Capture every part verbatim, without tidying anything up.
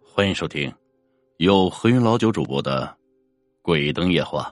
欢迎收听由何云老九主播的《鬼灯夜话》。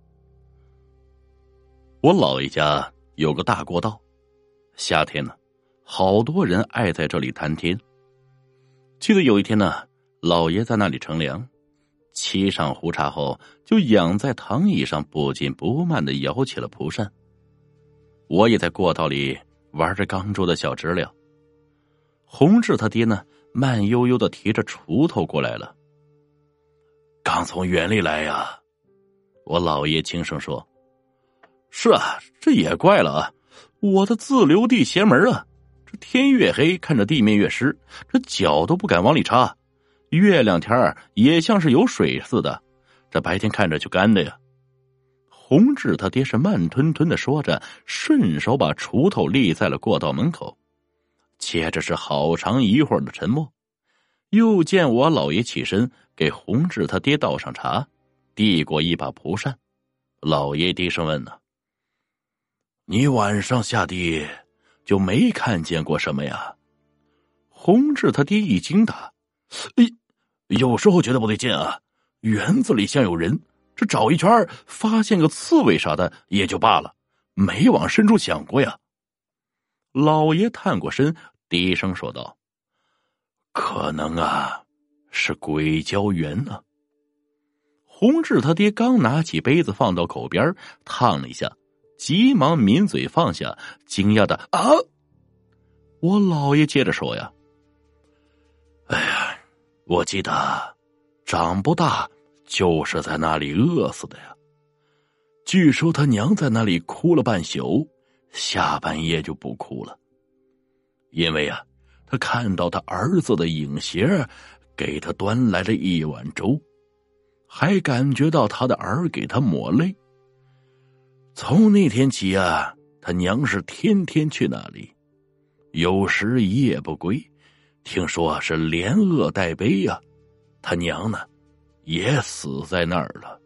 我姥爷家有个大过道，夏天呢，好多人爱在这里谈天。记得有一天呢，姥爷在那里乘凉，沏上壶茶后，就仰在躺椅上，不紧不慢地摇起了蒲扇。我也在过道里玩着刚捉的小知了。洪志他爹呢，慢悠悠地提着锄头过来了。刚从园里来呀，我姥爷轻声说。是啊，这也怪了啊，我的自留地邪门啊，这天越黑，看着地面越湿，这脚都不敢往里插，月亮天也像是有水似的，这白天看着就干的呀。洪志他爹是慢吞吞地说着，顺手把锄头立在了过道门口。接着是好长一会儿的沉默，又见我姥爷起身给洪志他爹倒上茶，递过一把蒲扇。姥爷低声问呢：你晚上下地就没看见过什么呀？洪志他爹一惊的，哎，有时候觉得不对劲啊，园子里像有人，这找一圈发现个刺猬啥的也就罢了，没往深处想过呀。老爷探过身，低声说道：可能啊，是鬼胶原呢。洪志他爹刚拿起杯子放到口边，烫了一下，急忙抿嘴放下，惊讶的啊！我姥爷接着说呀：哎呀，我记得长不大就是在那里饿死的呀。据说他娘在那里哭了半宿，下半夜就不哭了，因为啊，他看到他儿子的影邪给他端来了一碗粥，还感觉到他的儿给他抹泪。从那天起啊，他娘是天天去那里，有时夜不归，听说是连饿带悲呀、啊。他娘呢，也死在那儿了。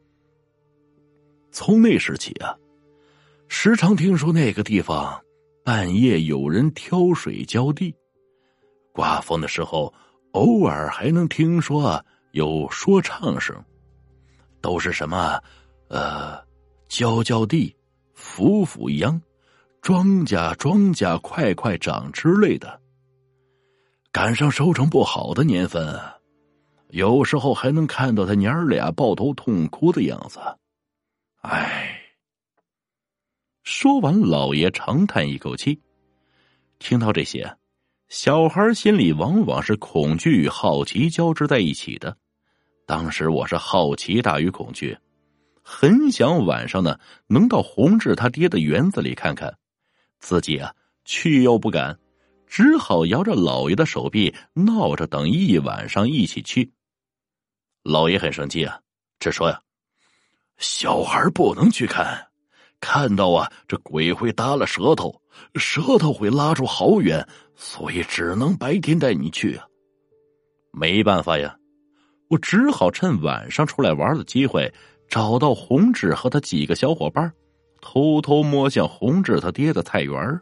从那时起啊，时常听说那个地方半夜有人挑水浇地，刮风的时候偶尔还能听说啊有说唱声，都是什么呃浇浇地、抚抚秧、庄稼庄稼快快长之类的。赶上收成不好的年份，有时候还能看到他娘儿俩抱头痛哭的样子。唉。说完，老爷长叹一口气。听到这些，小孩心里往往是恐惧与好奇交织在一起的。当时我是好奇大于恐惧，很想晚上呢能到洪志他爹的园子里看看，自己啊去又不敢，只好摇着老爷的手臂，闹着等一晚上一起去。老爷很生气啊，只说呀：小孩不能去看，看到啊这鬼会耷拉舌头，舌头会拉出好远，所以只能白天带你去啊。没办法呀，我只好趁晚上出来玩的机会，找到洪志和他几个小伙伴，偷偷摸向洪志他爹的菜园。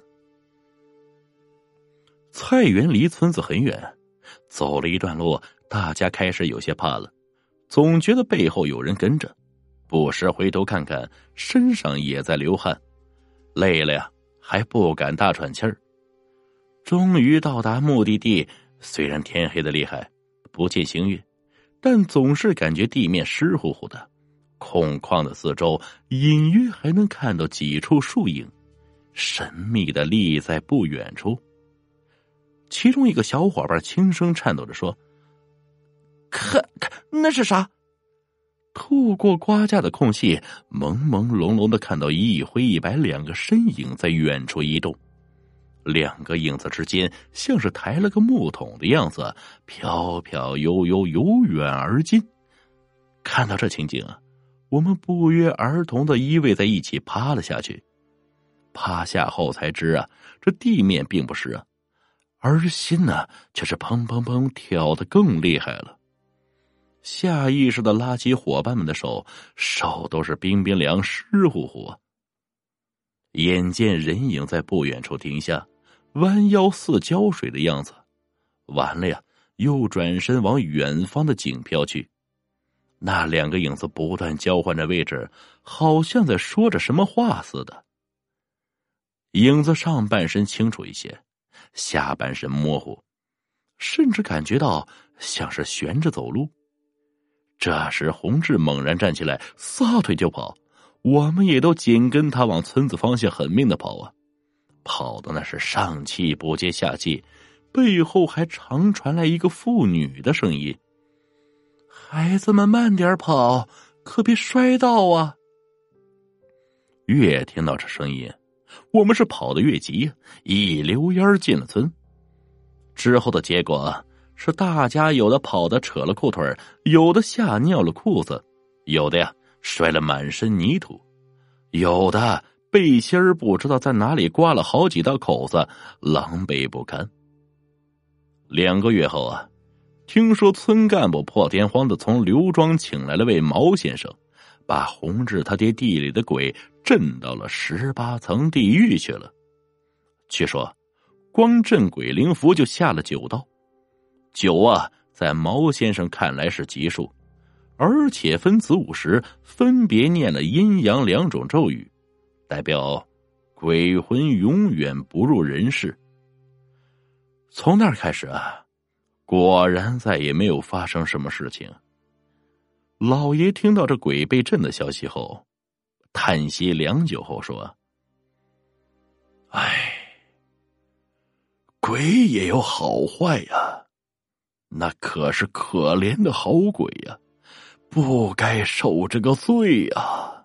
菜园离村子很远，走了一段路，大家开始有些怕了，总觉得背后有人跟着，不时回头看看，身上也在流汗，累了呀还不敢大喘气儿。终于到达目的地，虽然天黑的厉害，不见星月，但总是感觉地面湿乎乎的，空旷的四周隐约还能看到几处树影，神秘的立在不远处。其中一个小伙伴轻声颤抖着说：看看那是啥？透过瓜架的空隙，朦朦胧胧的看到一灰一白两个身影在远处移动，两个影子之间像是抬了个木桶的样子，飘飘悠悠由远而近。看到这情景啊，我们不约而同的依偎在一起趴了下去。趴下后才知啊，这地面并不湿啊，而心呢却是砰砰砰跳得更厉害了。下意识的拉起伙伴们的手，手都是冰冰凉湿乎乎啊。眼见人影在不远处停下，弯腰似浇水的样子，完了呀， 又转身往远方的井飘去。那两个影子不断交换着位置，好像在说着什么话似的。影子上半身清楚一些，下半身模糊，甚至感觉到像是悬着走路。这时洪志猛然站起来，撒腿就跑，我们也都紧跟他往村子方向狠命的跑啊，跑的那是上气不接下气，背后还常传来一个妇女的声音：“孩子们慢点跑，可别摔到啊！”越听到这声音，我们是跑得越急，一溜烟进了村。之后的结果是大家有的跑的扯了裤腿，有的吓尿了裤子，有的呀摔了满身泥土，有的背心儿不知道在哪里刮了好几道口子，狼狈不堪。两个月后啊，听说村干部破天荒的从刘庄请来了位毛先生，把洪志他爹地里的鬼震到了十八层地狱去了。据说光镇鬼灵符就下了九道，九啊在毛先生看来是奇数，而且分子午时分别念了阴阳两种咒语，代表鬼魂永远不入人世。从那儿开始啊，果然再也没有发生什么事情。老爷听到这鬼被震的消息后，叹息良久后说：“唉，鬼也有好坏呀，那可是可怜的好鬼呀，不该受这个罪呀。”